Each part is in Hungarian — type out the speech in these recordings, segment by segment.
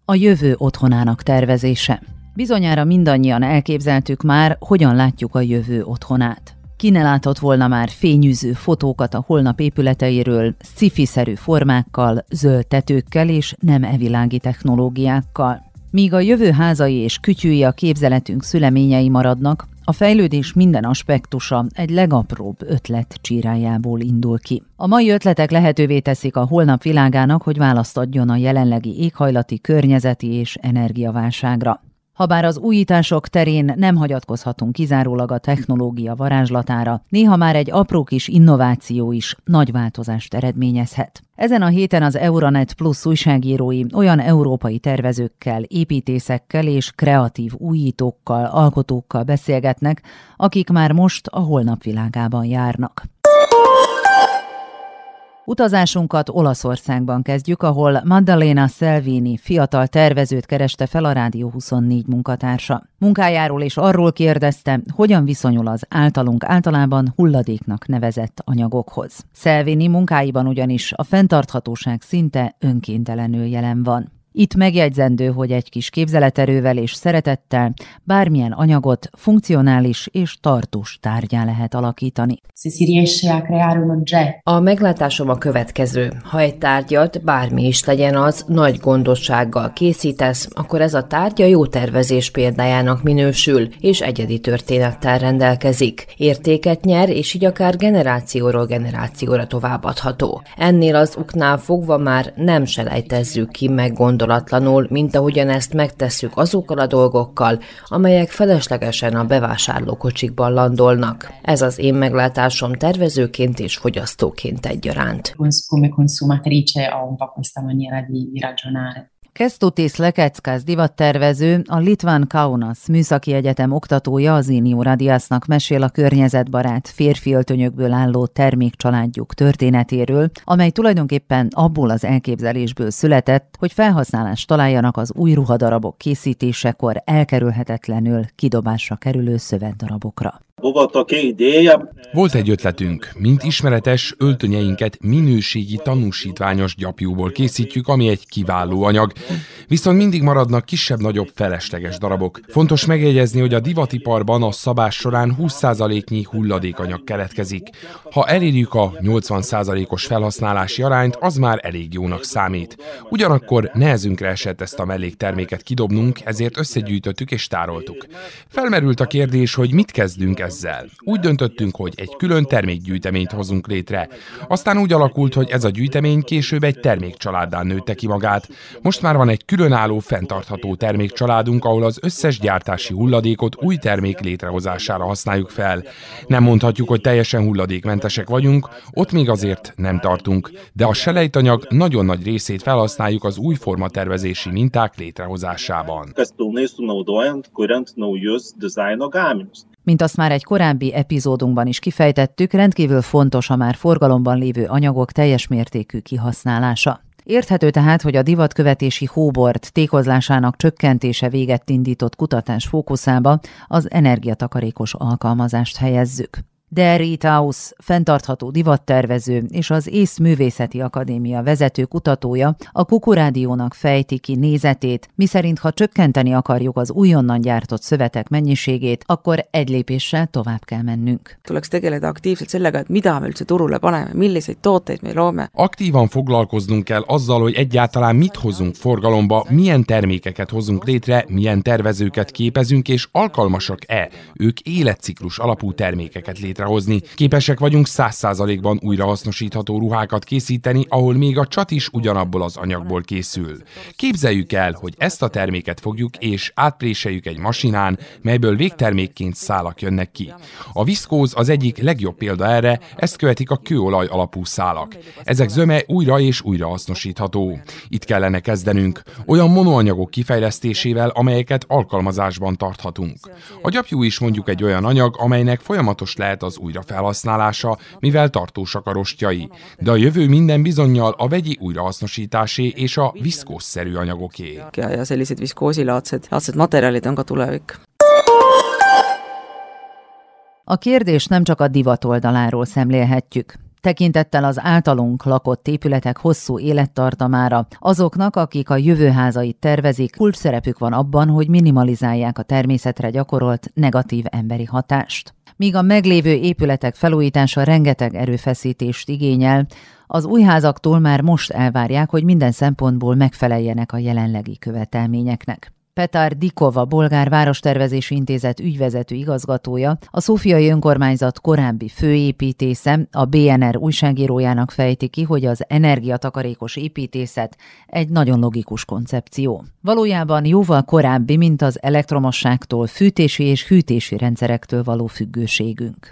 A jövő otthonának tervezése. Bizonyára mindannyian elképzeltük már, hogyan látjuk a jövő otthonát. Ki ne látott volna már fényűző fotókat a holnap épületeiről, sci-fi-szerű formákkal, zöld tetőkkel és nem evilági technológiákkal. Míg a jövő házai és kütyűi a képzeletünk szüleményei maradnak, a fejlődés minden aspektusa egy legapróbb ötlet csírájából indul ki. A mai ötletek lehetővé teszik a holnap világának, hogy választ adjon a jelenlegi éghajlati, környezeti és energiaválságra. Habár az újítások terén nem hagyatkozhatunk kizárólag a technológia varázslatára, néha már egy apró kis innováció is nagy változást eredményezhet. Ezen a héten az Euranet Plus újságírói olyan európai tervezőkkel, építészekkel és kreatív újítókkal, alkotókkal beszélgetnek, akik már most a holnap világában járnak. Utazásunkat Olaszországban kezdjük, ahol Maddalena Salvini fiatal tervezőt kereste fel a Rádió 24 munkatársa. Munkájáról és arról kérdezte, hogyan viszonyul az általunk általában hulladéknak nevezett anyagokhoz. Salvini munkáiban ugyanis a fenntarthatóság szinte önkéntelenül jelen van. Itt megjegyzendő, hogy egy kis képzeleterővel és szeretettel bármilyen anyagot funkcionális és tartós tárgyá lehet alakítani. A meglátásom a következő. Ha egy tárgyat, bármi is legyen az, nagy gondossággal készítesz, akkor ez a tárgya jó tervezés példájának minősül, és egyedi történettel rendelkezik. Értéket nyer, és így akár generációról generációra továbbadható. Ennél az oknál fogva már nem selejtezzük ki meggondolatlanul, mint ahogyan ezt megtesszük azokkal a dolgokkal, amelyek feleslegesen a bevásárlókocsikban landolnak. Ez az én meglátásom tervezőként és fogyasztóként egyaránt. Kęstutis Lekeckas divattervező, a Litván Kaunas Műszaki Egyetem oktatója az Inio Radiasnak mesél a környezetbarát férfi öltönyökből álló termékcsaládjuk történetéről, amely tulajdonképpen abból az elképzelésből született, hogy felhasználást találjanak az új ruhadarabok készítésekor elkerülhetetlenül kidobásra kerülő szövetdarabokra. Volt egy ötletünk, mint ismeretes, öltönyeinket minőségi tanúsítványos gyapjúból készítjük, ami egy kiváló anyag, viszont mindig maradnak kisebb-nagyobb felesleges darabok. Fontos megjegyezni, hogy a divatiparban a szabás során 20%-nyi hulladékanyag keletkezik. Ha elérjük a 80%-os felhasználási arányt, az már elég jónak számít. Ugyanakkor nehezünkre esett ezt a mellékterméket kidobnunk, ezért összegyűjtöttük és tároltuk. Felmerült a kérdés, hogy mit kezdünk ezzel. Úgy döntöttünk, hogy egy külön termékgyűjteményt hozunk létre. Aztán úgy alakult, hogy ez a gyűjtemény később egy termékcsaláddá nőtte ki magát. Most már van egy különálló, fenntartható termékcsaládunk, ahol az összes gyártási hulladékot új termék létrehozására használjuk fel. Nem mondhatjuk, hogy teljesen hulladékmentesek vagyunk, ott még azért nem tartunk, de a selejtanyag nagyon nagy részét felhasználjuk az új formatervezési minták létrehozásában. Mint azt már egy korábbi epizódunkban is kifejtettük, rendkívül fontos a már forgalomban lévő anyagok teljes mértékű kihasználása. Érthető tehát, hogy a divatkövetési hóbort tékozlásának csökkentése véget indított kutatás fókuszába az energiatakarékos alkalmazást helyezzük. De Ritaus, fenntartható divattervező és az ÉSZ Művészeti Akadémia vezető kutatója a Kukurádiónak fejti ki nézetét, miszerint ha csökkenteni akarjuk az újonnan gyártott szövetek mennyiségét, akkor egy lépéssel tovább kell mennünk. Tuleks tegeleda aktiivselt sellega, et mida me üldse turule paneme, milliseid tooteid me loome. Aktívan foglalkoznunk kell azzal, hogy egyáltalán mit hozunk forgalomba, milyen termékeket hozunk létre, milyen tervezőket képezünk, és alkalmasak-e ők életciklus alapú termékeket létrehozni. Képesek vagyunk 100%-ban újrahasznosítható ruhákat készíteni, ahol még a csat is ugyanabból az anyagból készül. Képzeljük el, hogy ezt a terméket fogjuk és átpréseljük egy masinán, melyből végtermékként szálak jönnek ki. A viszkóz az egyik legjobb példa erre, ezt követik a kőolaj alapú szálak. Ezek zöme újra és újrahasznosítható. Itt kellene kezdenünk, olyan monoanyagok kifejlesztésével, amelyeket alkalmazásban tarthatunk. A gyapjú is mondjuk egy olyan anyag, amelynek folyamatos lehet az újrafelhasználása, mivel tartósak a rostjai. De a jövő minden bizonnyal a vegyi újrahasznosításé és a viszkósszerű anyagoké. Ja sellised viskoosilaadset materjalid on ka tulevik. A kérdés nem csak a divat oldaláról szemlélhetjük. Tekintettel az általunk lakott épületek hosszú élettartamára, azoknak, akik a jövő házait tervezik, kulcsszerepük van abban, hogy minimalizálják a természetre gyakorolt negatív emberi hatást. Míg a meglévő épületek felújítása rengeteg erőfeszítést igényel, az új házaktól már most elvárják, hogy minden szempontból megfeleljenek a jelenlegi követelményeknek. Petar Dikov, a Bolgár Várostervezési Intézet ügyvezető igazgatója, a szófiai önkormányzat korábbi főépítésze, a BNR újságírójának fejti ki, hogy az energiatakarékos építészet egy nagyon logikus koncepció. Valójában jóval korábbi, mint az elektromosságtól, fűtési és hűtési rendszerektől való függőségünk.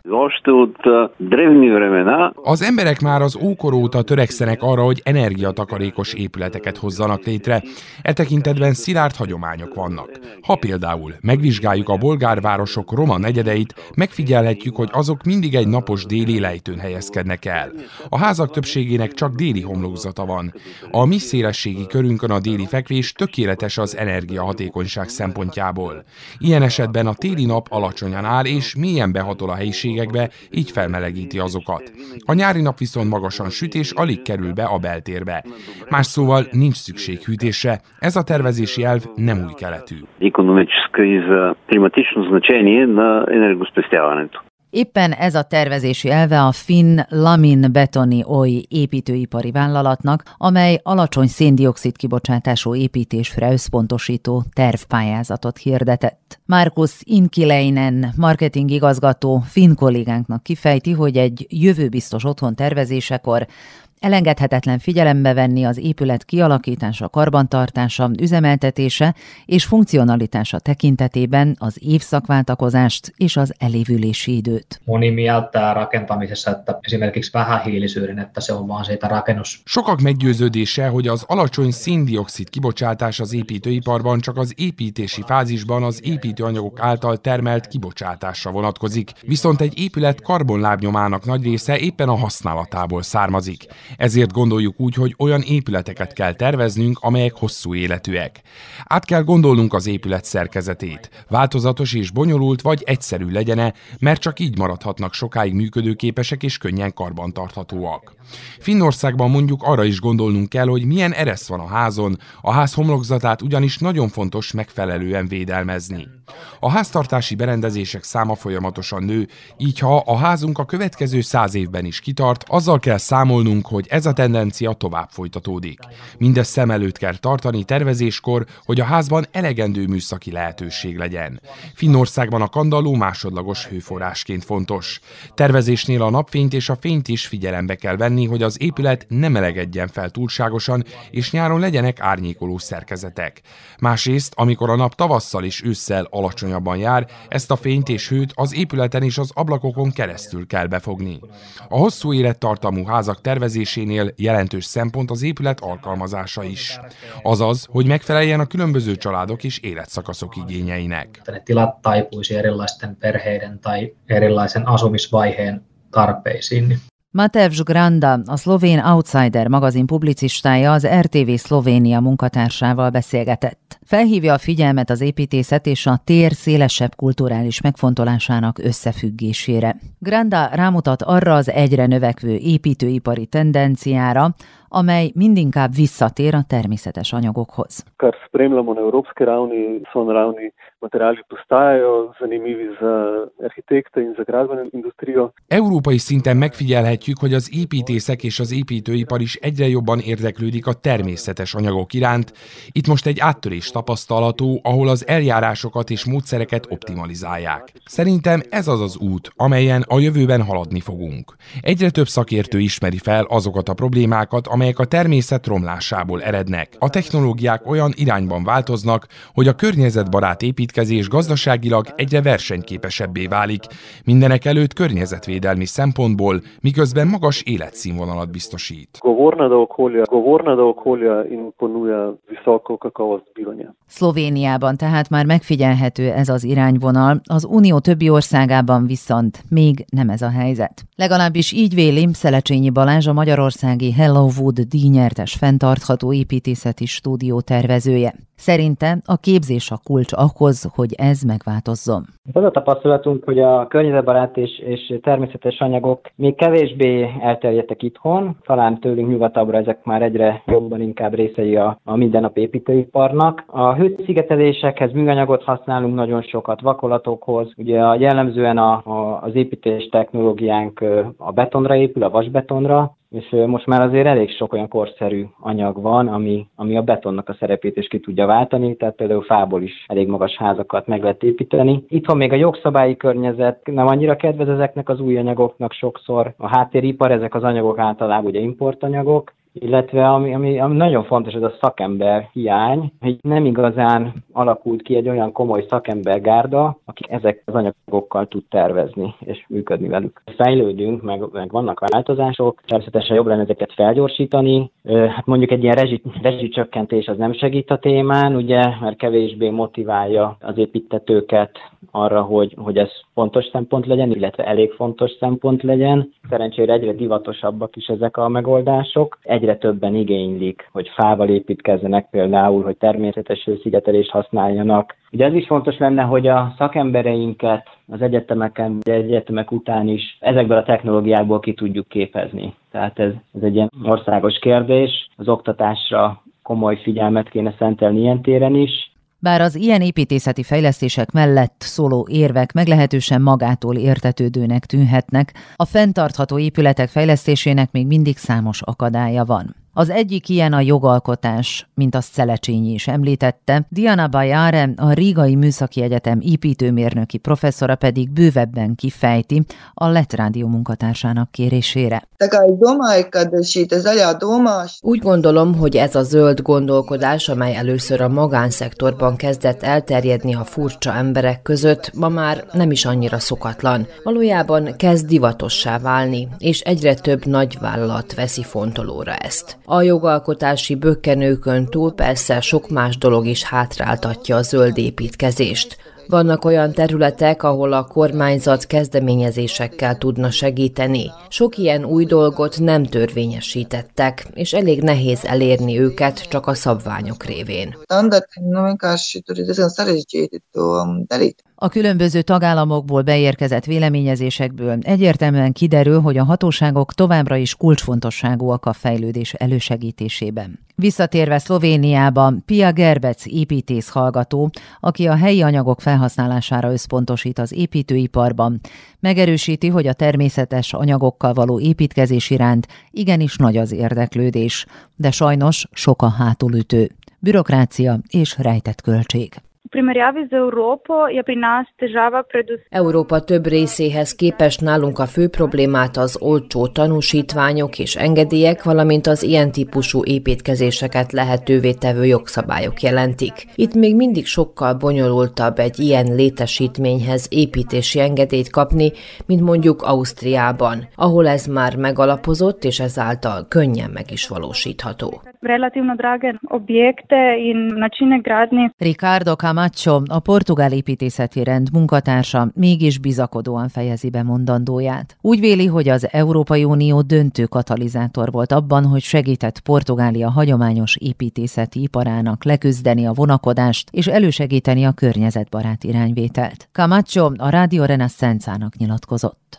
Az emberek már az ókor óta törekszenek arra, hogy energiatakarékos épületeket hozzanak létre. E tekintetben szilárd hagyományok vannak. Ha például megvizsgáljuk a bolgár városok roma negyedeit, megfigyelhetjük, hogy azok mindig egy napos déli lejtőn helyezkednek el. A házak többségének csak déli homlokzata van. A mi szélességi körünkön a déli fekvés tökéletes az energiahatékonyság szempontjából. Ilyen esetben a téli nap alacsonyan áll és mélyen behatol a helyiségekbe, így felmelegíti azokat. A nyári nap viszont magasan süt és alig kerül be a beltérbe. Más szóval nincs szükség hűtésre, ez a tervezési elv nem új keletű. Éppen ez a tervezési elve a finn Lamin Betoni Oy építőipari vállalatnak, amely alacsony szén-dioxid kibocsátású építésre összpontosító tervpályázatot hirdetett. Markus Inkileinen, marketing igazgató finn kollégánknak kifejti, hogy egy jövőbiztos otthon tervezésekor elengedhetetlen figyelembe venni az épület kialakítása, karbantartása, üzemeltetése és funkcionalitása tekintetében az évszakváltakozást és az elévülési időt. Moni mieltää rakentamisessa, että esimerkiksi vähähiilisyyden, että se on vaan siitä rakennus. Sokak meggyőződése, hogy az alacsony szén-dioxid kibocsátás az építőiparban csak az építési fázisban az építőanyagok által termelt kibocsátásra vonatkozik, viszont egy épület karbonlábnyomának nagy része éppen a használatából származik. Ezért gondoljuk úgy, hogy olyan épületeket kell terveznünk, amelyek hosszú életűek. Át kell gondolnunk az épület szerkezetét. Változatos és bonyolult vagy egyszerű legyen-e, mert csak így maradhatnak sokáig működőképesek és könnyen karbantarthatóak. Finnországban mondjuk arra is gondolnunk kell, hogy milyen eresz van a házon, a ház homlokzatát ugyanis nagyon fontos megfelelően védelmezni. A háztartási berendezések száma folyamatosan nő, így ha a házunk a következő 100 évben is kitart, azzal kell számolnunk, hogy ez a tendencia tovább folytatódik. Mindezt szem előtt kell tartani tervezéskor, hogy a házban elegendő műszaki lehetőség legyen. Finnországban a kandalló másodlagos hőforrásként fontos. Tervezésnél a napfényt és a fényt is figyelembe kell venni, hogy az épület ne melegedjen fel túlságosan, és nyáron legyenek árnyékoló szerkezetek. Másrészt, amikor a nap tavasszal és ősszel alacsonyabban jár, ezt a fényt és hőt az épületen és az ablakokon keresztül kell befogni. A hosszú élettartamú házak tervezésénél jelentős szempont az épület alkalmazása is. Azaz, hogy megfeleljen a különböző családok és életszakaszok igényeinek. Tilat taipuisi erilaisten perheiden tai erilaisen asumisvaiheen tarpeisiin. Matevž Granda, a szlovén Outsider magazin publicistája az RTV Szlovénia munkatársával beszélgetett. Felhívja a figyelmet az építészet és a tér szélesebb kulturális megfontolásának összefüggésére. Granda rámutat arra az egyre növekvő építőipari tendenciára, amely mindinkább visszatér a természetes anyagokhoz. Európai szinten megfigyelhetjük, hogy az építészek és az építőipar is egyre jobban érdeklődik a természetes anyagok iránt. Itt most egy áttörés tapasztalható, ahol az eljárásokat és módszereket optimalizálják. Szerintem ez az az út, amelyen a jövőben haladni fogunk. Egyre több szakértő ismeri fel azokat a problémákat, amelyek a természet romlásából erednek. A technológiák olyan irányban változnak, hogy a környezetbarát építkezés gazdaságilag egyre versenyképesebbé válik, mindenek előtt környezetvédelmi szempontból, miközben magas életszínvonalat biztosít. Szlovéniában tehát már megfigyelhető ez az irányvonal, az Unió többi országában viszont még nem ez a helyzet. Legalábbis így véli Szelecsényi Balázs, a magyarországi Hello Eastwood díjnyertes fenntartható építészeti stúdió tervezője. Szerinte a képzés a kulcs ahhoz, hogy ez megváltozzon. Az a tapasztalatunk, hogy a környezetbarát és természetes anyagok még kevésbé elterjedtek itthon, talán tőlünk nyugatabbra ezek már egyre jobban inkább részei a mindennapi építőiparnak. A hőszigetelésekhez műanyagot használunk nagyon sokat, vakolatokhoz. Ugye jellemzően az építés technológiánk a betonra épül, a vasbetonra, és most már azért elég sok olyan korszerű anyag van, ami a betonnak a szerepét is ki tudja váltani, tehát például fából is elég magas házakat meg lehet építeni. Itthon még a jogszabályi környezet nem annyira kedvez ezeknek az új anyagoknak sokszor. A háttéripar, ezek az anyagok általában ugye importanyagok, illetve ami nagyon fontos, ez a szakember hiány, hogy nem igazán alakult ki egy olyan komoly szakembergárda, aki ezek az anyagokkal tud tervezni és működni velük. Fejlődünk, meg vannak változások, természetesen jobb lenne ezeket felgyorsítani. Hát mondjuk egy ilyen rezsicsökkentés az nem segít a témán, ugye, mert kevésbé motiválja az építtetőket arra, hogy ez fontos szempont legyen, illetve elég fontos szempont legyen. Szerencsére egyre divatosabbak is ezek a megoldások. Egyre többen igénylik, hogy fával építkezzenek például, hogy természetes hőszigetelést használjanak. Ugye ez is fontos lenne, hogy a szakembereinket az egyetemek után is ezekből a technológiákból ki tudjuk képezni. Tehát ez egy ilyen országos kérdés. Az oktatásra komoly figyelmet kéne szentelni ilyen téren is. Bár az ilyen építészeti fejlesztések mellett szóló érvek meglehetősen magától értetődőnek tűnhetnek, a fenntartható épületek fejlesztésének még mindig számos akadálya van. Az egyik ilyen a jogalkotás, mint azt Szelecsényi is említette, Diana Bajare, a Rigai Műszaki Egyetem építőmérnöki professzora pedig bővebben kifejti a Lett Rádió munkatársának kérésére. Úgy gondolom, hogy ez a zöld gondolkodás, amely először a magánszektorban kezdett elterjedni a furcsa emberek között, ma már nem is annyira szokatlan. Valójában kezd divatossá válni, és egyre több nagyvállalat veszi fontolóra ezt. A jogalkotási bökkenőkön túl persze sok más dolog is hátráltatja a zöld építkezést. Vannak olyan területek, ahol a kormányzat kezdeményezésekkel tudna segíteni. Sok ilyen új dolgot nem törvényesítettek, és elég nehéz elérni őket csak a szabványok révén. A különböző tagállamokból beérkezett véleményezésekből egyértelműen kiderül, hogy a hatóságok továbbra is kulcsfontosságúak a fejlődés elősegítésében. Visszatérve Szlovéniába, Pia Gerbec építész hallgató, aki a helyi anyagok felhasználására összpontosít az építőiparban, megerősíti, hogy a természetes anyagokkal való építkezés iránt igenis nagy az érdeklődés, de sajnos sok a hátulütő, bürokrácia és rejtett költség. Európa több részéhez képest nálunk a fő problémát az olcsó tanúsítványok és engedélyek, valamint az ilyen típusú építkezéseket lehetővé tevő jogszabályok jelentik. Itt még mindig sokkal bonyolultabb egy ilyen létesítményhez építési engedélyt kapni, mint mondjuk Ausztriában, ahol ez már megalapozott és ezáltal könnyen meg is valósítható. Ricardo Camacho, a portugál építészeti rend munkatársa mégis bizakodóan fejezi be mondandóját. Úgy véli, hogy az Európai Unió döntő katalizátor volt abban, hogy segített Portugália hagyományos építészeti iparának leküzdeni a vonakodást és elősegíteni a környezetbarát irányvételt. Camacho a Radio Renascença-nak nyilatkozott.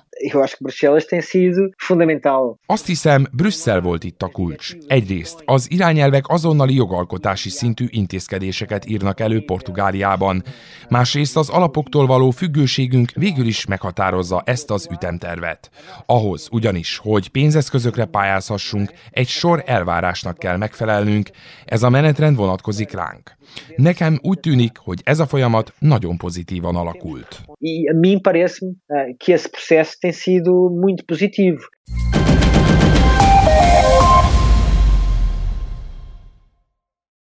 Azt hiszem, Brüsszel volt itt a kulcs. Egyrészt az irányelvek azonnali jogalkotási szintű intézkedéseket írnak elő Portugáliában. Másrészt az alapoktól való függőségünk végül is meghatározza ezt az ütemtervet. Ahhoz ugyanis, hogy pénzeszközökre pályázhassunk, egy sor elvárásnak kell megfelelnünk, ez a menetrend vonatkozik ránk. Nekem úgy tűnik, hogy ez a folyamat nagyon pozitívan alakult. E a mim parece-me que esse processo tem sido muito positivo.